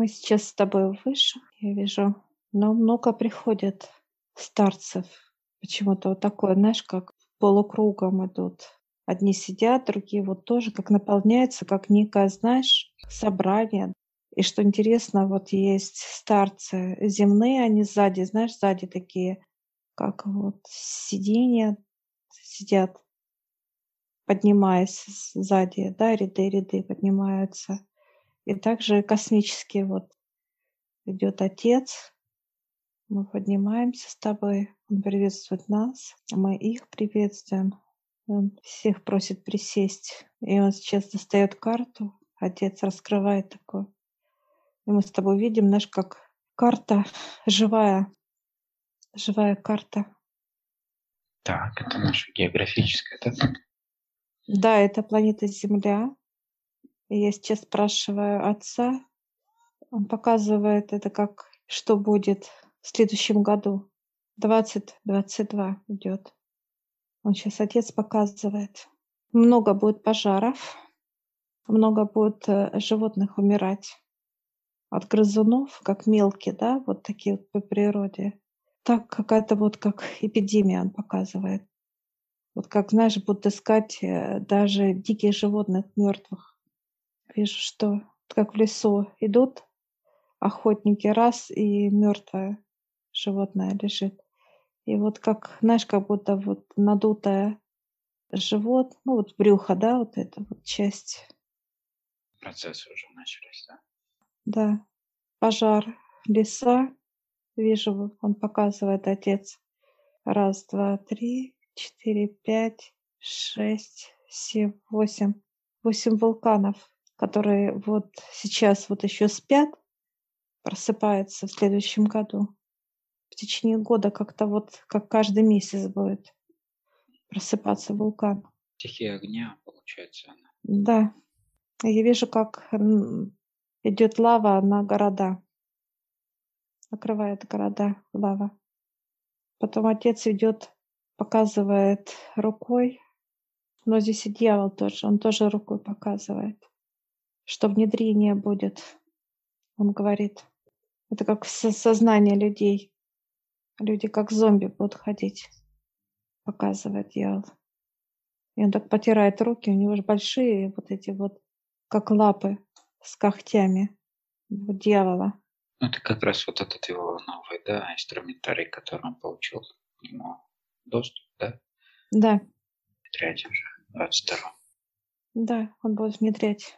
Мы сейчас с тобой выше, я вижу, но много приходит старцев. Почему-то вот такое, знаешь, как полукругом идут. Одни сидят, другие вот тоже как наполняются, как некое, знаешь, собрание. И что интересно, вот есть старцы земные, они сзади, знаешь, сзади такие, как вот сиденья сидят, поднимаясь сзади, да, ряды поднимаются. И также космические вот идет Отец, мы поднимаемся с тобой, Он приветствует нас, а мы их приветствуем. Он всех просит присесть. И Он сейчас достает карту, Отец раскрывает такое. И мы с тобой видим, знаешь, как карта живая, живая карта. Так, это наша географическая, да? Да, это планета Земля. И я сейчас спрашиваю Отца, Он показывает это как, что будет в следующем году. 2022 идет. Он сейчас Отец показывает. Много будет пожаров, много будет животных умирать от грызунов, как мелкие, да, вот такие вот по природе. Так какая-то вот как эпидемия он показывает. Вот как, знаешь, будут искать даже диких животных мертвых. Вижу, что вот как в лесу идут охотники, раз и мертвое животное лежит. И вот как, знаешь, как будто вот надутое живот, ну вот брюхо, да, вот эта вот часть. Процессы уже начались, да? Да, пожар, леса. Вижу, он показывает Отец. Раз, два, три, четыре, пять, шесть, семь, восемь. 8 вулканов, которые вот сейчас вот еще спят, просыпаются в следующем году. В течение года как-то вот, как каждый месяц будет просыпаться вулкан. Стихия огня, получается, она. Да, я вижу, как идет лава на города, накрывает города лава. Потом Отец идет, показывает рукой, но здесь и дьявол тоже, он тоже рукой показывает, что внедрение будет. Он говорит, это как в сознание людей. Люди как зомби будут ходить, показывает дьявол. И он так потирает руки, у него же большие вот эти вот, как лапы с когтями у дьявола. Ну, это как раз вот этот его новый, да, инструментарий, который он получил к нему доступ, да, Да, внедрять уже в 22-м. да, он будет внедрять.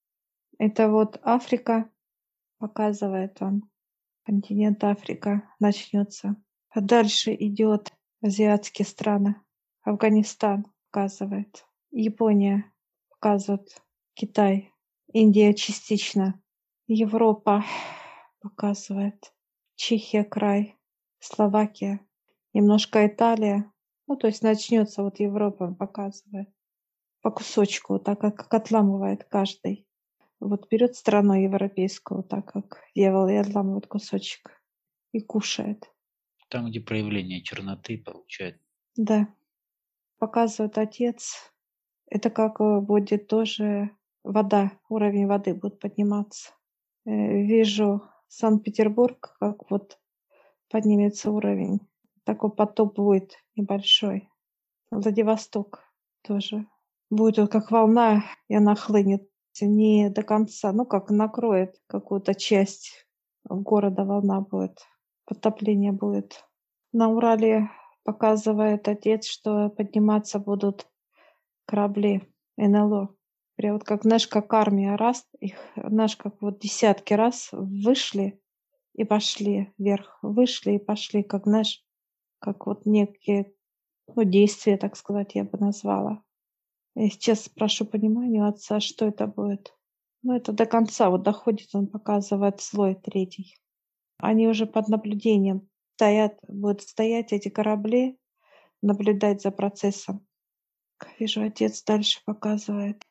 Это вот Африка, показывает он. Континент Африка начнется. А дальше идет азиатские страны. Афганистан показывает. Япония показывает. Китай. Индия частично. Европа показывает. Чехия край. Словакия. Немножко Италия. Ну, то есть начнется вот Европа, он показывает. По кусочку, так как отламывает каждый. Вот берет страну европейскую, так как дьявол, и отламывает кусочек и кушает. Там, где проявление черноты получает. Да, показывает Отец. Это как будет тоже вода, уровень воды будет подниматься. Вижу Санкт-Петербург, как вот поднимется уровень. Такой потоп будет небольшой. Владивосток тоже. Будет вот как волна, и она хлынет не до конца, ну, как накроет какую-то часть города, волна будет, потопление будет. На Урале показывает Отец, что подниматься будут корабли НЛО. Прям вот как, знаешь, как армия раз, их, знаешь, как вот десятки раз вышли и пошли вверх, вышли и пошли, как, знаешь, как вот некие, ну, действия, так сказать, я бы назвала. Я сейчас спрошу понимания у Отца, что это будет. Ну, это до конца вот доходит, он показывает слой третий. Они уже под наблюдением стоят, будут стоять эти корабли, наблюдать за процессом. Вижу, Отец дальше показывает.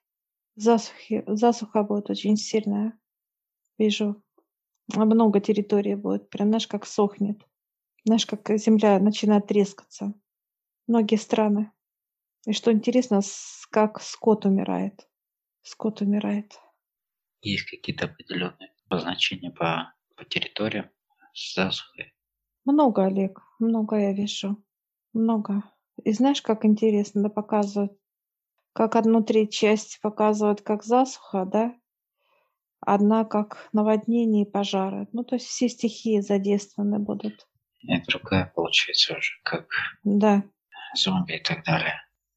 Засуха будет очень сильная. Вижу, много территории будет. Прям, знаешь, как сохнет. Знаешь, как земля начинает трескаться. Многие страны. И что интересно, как скот умирает. Скот умирает. Есть какие-то определенные Обозначение по территориям с засухой. Много, Олег, много я вижу. Много. И знаешь, как интересно, да, показывают, как одну треть части показывают как засуха, да, одна как наводнение и пожары. Ну, то есть все стихии задействованы будут. И другая получается уже как Да, зомби и так далее.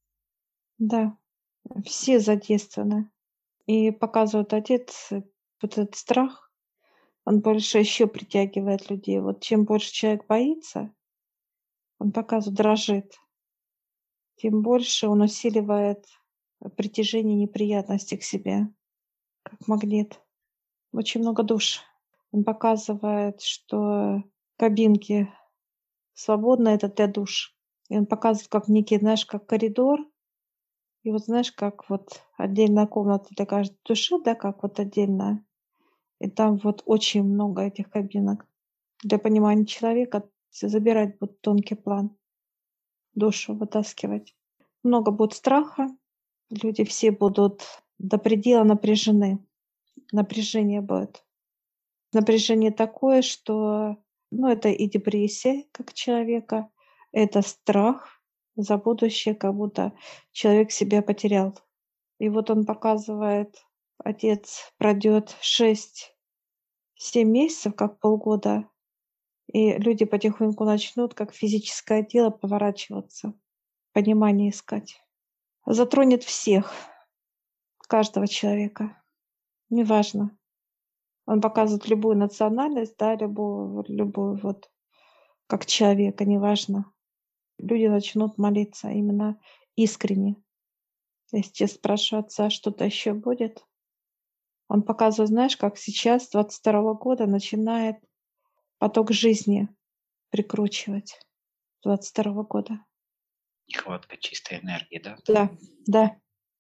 да, все задействованы. И показывают отец, вот этот страх, он больше еще притягивает людей. Вот чем больше человек боится, он показывает, дрожит, тем больше он усиливает притяжение неприятностей к себе, как магнит. Очень много душ. Он показывает, что кабинки свободны, это для душ. И он показывает как некий, знаешь, как коридор. И вот знаешь, как вот отдельная комната для каждой души, да, как вот отдельная. И там вот очень много этих кабинок. Для понимания человека забирать будет тонкий план, душу вытаскивать. Много будет страха, люди все будут до предела напряжены. Напряжение будет. Напряжение такое, что, ну, это и депрессия как человека, это страх за будущее, как будто человек себя потерял. И вот он показывает, отец пройдет 6-7 месяцев, как полгода, и люди потихоньку начнут, как физическое тело, поворачиваться, понимание искать. Затронет всех, каждого человека, неважно. Он показывает любую национальность, да, любую вот как человека, неважно. Люди начнут молиться именно искренне. Если тебя спрашивают: "А что-то еще будет?" Он показывает, знаешь, как сейчас, с 22 года, начинает поток жизни прикручивать. 22 года. Нехватка чистой энергии, да? Да, да.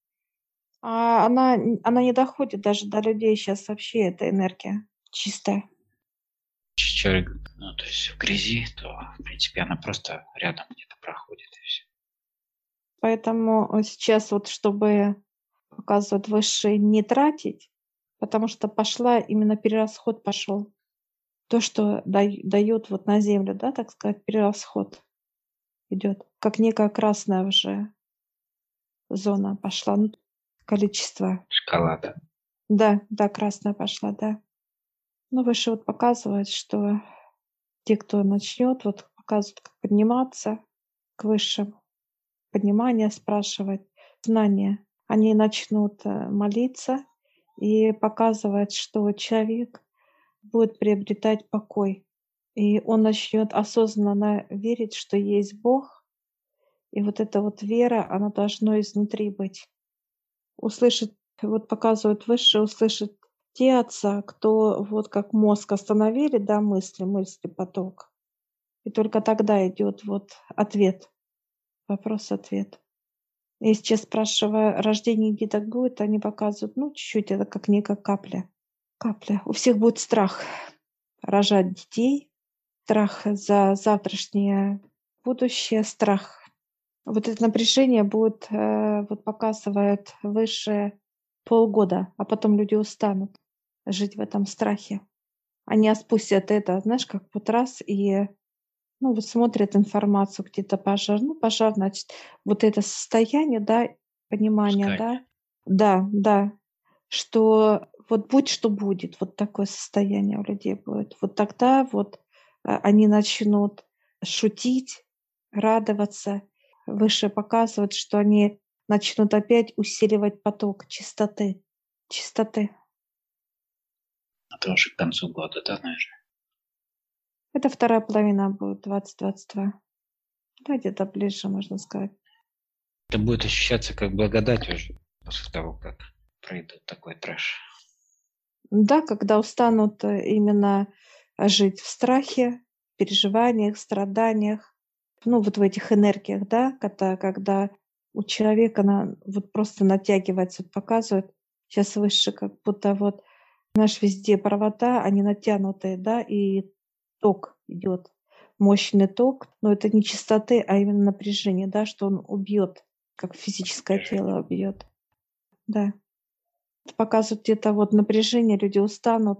Она не доходит даже до людей сейчас вообще, эта энергия чистая. Человек, ну, то есть в грязи, то, в принципе, она просто рядом где-то проходит и все. Поэтому, сейчас вот, чтобы, показывают высшие, не тратить, потому что пошла именно перерасход пошел. То, что дают вот на землю, да, так сказать, перерасход идет, как некая красная уже зона пошла, ну, количество. Шоколада. Да, да, красная пошла, да. Ну, выше вот показывает, что те, кто начнет, вот показывают, как подниматься к высшим, понимание спрашивать, знания, они начнут молиться и показывать, что человек будет приобретать покой. И он начнет осознанно верить, что есть Бог, и вот эта вот вера, она должна изнутри быть. Услышит, вот показывают выше, услышит те отца, кто вот как мозг остановили, да, мысли, поток. И только тогда идет вот ответ, вопрос-ответ. Я сейчас спрашиваю, рождение деток будет, они показывают, ну, чуть-чуть, это как некая капля. Капля. У всех будет страх рожать детей, страх за завтрашнее будущее, страх. Вот это напряжение будет, вот показывает выше полгода, а потом люди устанут жить в этом страхе. Они спустят это, знаешь, как вот раз и, ну, вот смотрят информацию, где-то пожар. Ну, пожар, значит, вот это состояние, да, понимание, Пускай. да, да, да, что вот будь что будет, вот такое состояние у людей будет. Вот тогда вот они начнут шутить, радоваться, выше показывать, что они начнут опять усиливать поток чистоты. Чистоты. Это уже к концу года, да, наверное? Это вторая половина будет 2022. Да, где-то ближе, можно сказать. Это будет ощущаться как благодать уже после того, как пройдут такой трэш. Да, когда устанут именно жить в страхе, переживаниях, страданиях, ну, вот в этих энергиях, да, когда у человека вот просто натягивается, вот показывает, сейчас выше, как будто вот, знаешь, везде провода, они натянутые, да, и ток идет, мощный ток, но это не частоты, а именно напряжение, да, что он убьет, как физическое Напряжение. тело убьет, да. Показывают где-то вот напряжение, люди устанут,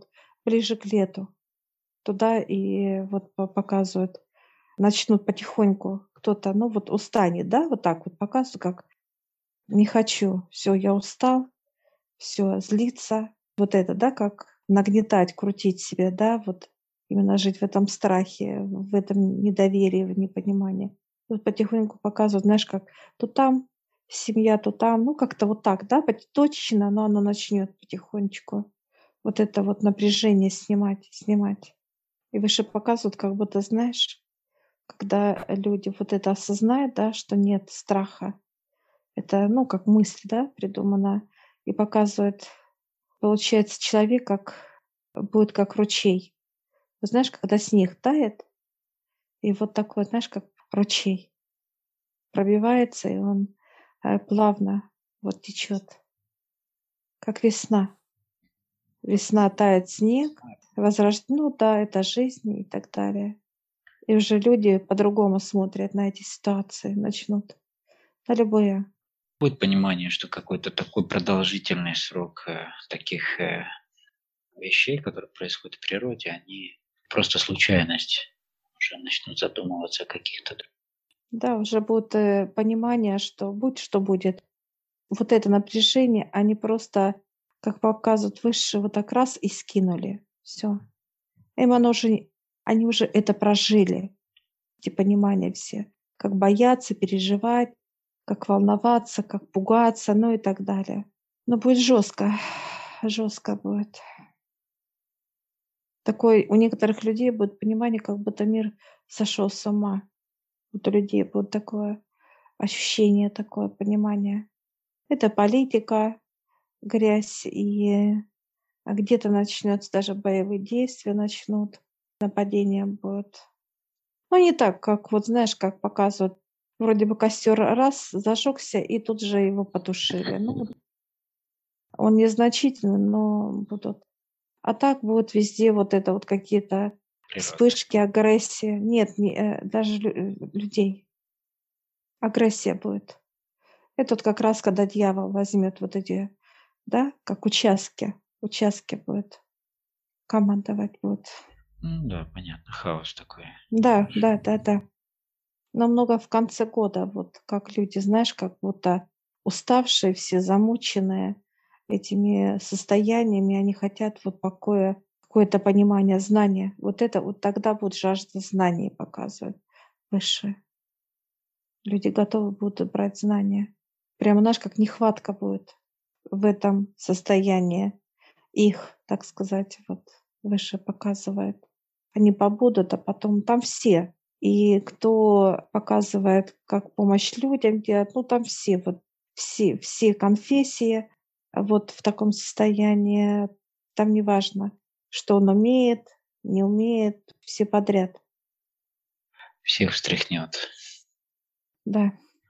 ближе к лету. Туда и вот показывают, начнут потихоньку кто-то, ну вот устанет, да, вот так вот показывают, как не хочу, все, я устал, все, злиться. Вот это, да, как нагнетать, крутить себя, да, вот именно жить в этом страхе, в этом недоверии, в непонимании. Вот потихоньку показывают, знаешь, как то там семья, то там, ну как-то вот так, да, точечно, но оно начнет потихонечку вот это вот напряжение снимать, снимать. И выше показывают, как будто, знаешь, когда люди вот это осознают, да, что нет страха, это, ну, как мысль, да, придумана, и показывает, получается, человек как будет как ручей. Вот знаешь, когда снег тает, и вот такой, знаешь, как ручей пробивается, и он плавно вот течет, как весна. Весна тает снег, ну да, это жизнь и так далее. И уже люди по-другому смотрят на эти ситуации, начнут на любые. Будет понимание, что какой-то такой продолжительный срок таких вещей, которые происходят в природе, они просто случайность. Уже начнут задумываться о каких-то Да, уже будет понимание, что будь что будет. Вот это напряжение, они просто, как показывают высшие, вот так раз и скинули. Все. Им оно уже, они уже это прожили, эти понимания все. Как бояться, переживать, как волноваться, как пугаться, ну и так далее. Но будет жестко, жестко будет. Такой у некоторых людей будет понимание, как будто мир сошел с ума. Вот у людей будет такое ощущение, такое понимание. Это политика, грязь, и где-то начнется даже боевые действия начнут, нападения будут. Ну, не так, как вот знаешь, как показывают, вроде бы костер раз зажегся, и тут же его потушили. Ну, вот он незначительный, но будут. А так будут везде вот это вот какие-то природы. вспышки, агрессия. Нет, даже людей. Агрессия будет. Это вот как раз, когда дьявол возьмет вот эти, да, как участки будет, командовать будет. Ну да, понятно, хаос такой. Да, да, да-да. Намного в конце года, вот как люди, знаешь, как будто уставшие все, замученные этими состояниями, они хотят вот покоя, какое-то понимание, знания. Вот это вот тогда будет жажда знаний показывать выше. Люди готовы будут брать знания. Прямо, знаешь, как нехватка будет в этом состоянии их, так сказать, вот выше показывает. Они побудут, а потом там все. И кто показывает, как помощь людям делать, ну, там все, вот все конфессии вот в таком состоянии. Там неважно, что он умеет, не умеет, все подряд. Всех встряхнет. Да.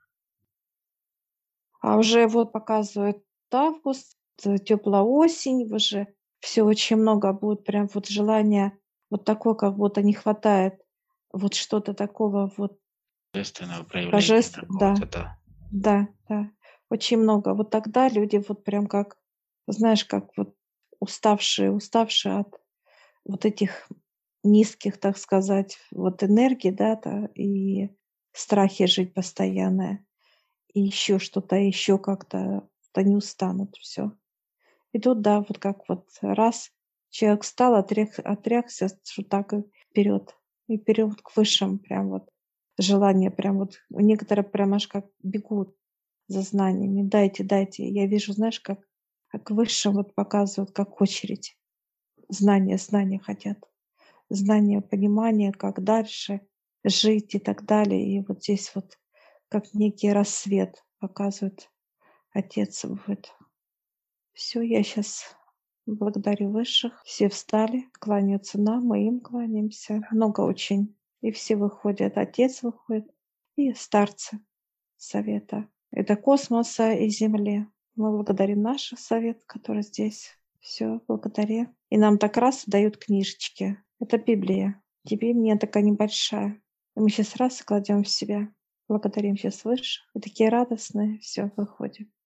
А уже вот показывает август, теплая осень, уже все очень много будет прям вот желания вот такое, как будто не хватает вот что-то такого вот Божественного проявления да, какого-то, да. да, да, очень много. Вот тогда люди вот прям как, знаешь, как вот уставшие от вот этих низких, так сказать, вот энергий, да, и страхи жить постоянно. И еще что-то, еще как-то они устанут, все. И тут, да, вот как вот раз человек встал, отряхся, что так и вперед. И вперед к высшим прям вот желание, прям вот у некоторых прям аж как бегут за знаниями. Дайте, дайте. Я вижу, знаешь, как высшим вот показывают, как очередь. Знания, знания хотят. Знания, понимание, как дальше жить и так далее. И вот здесь вот как некий рассвет показывает отец. Вот. Все, я сейчас благодарю высших. Все встали, кланяются нам, мы им кланяемся. Много очень. И все выходят. Отец выходит и старцы совета. Это космоса и Земли. Мы благодарим наших совет, который здесь. Все, благодаря. И нам так раз дают книжечки. Это Библия. Тебе и мне такая небольшая. И мы сейчас раз и кладем в себя. Благодарим сейчас выше. И такие радостные. Все, выходим.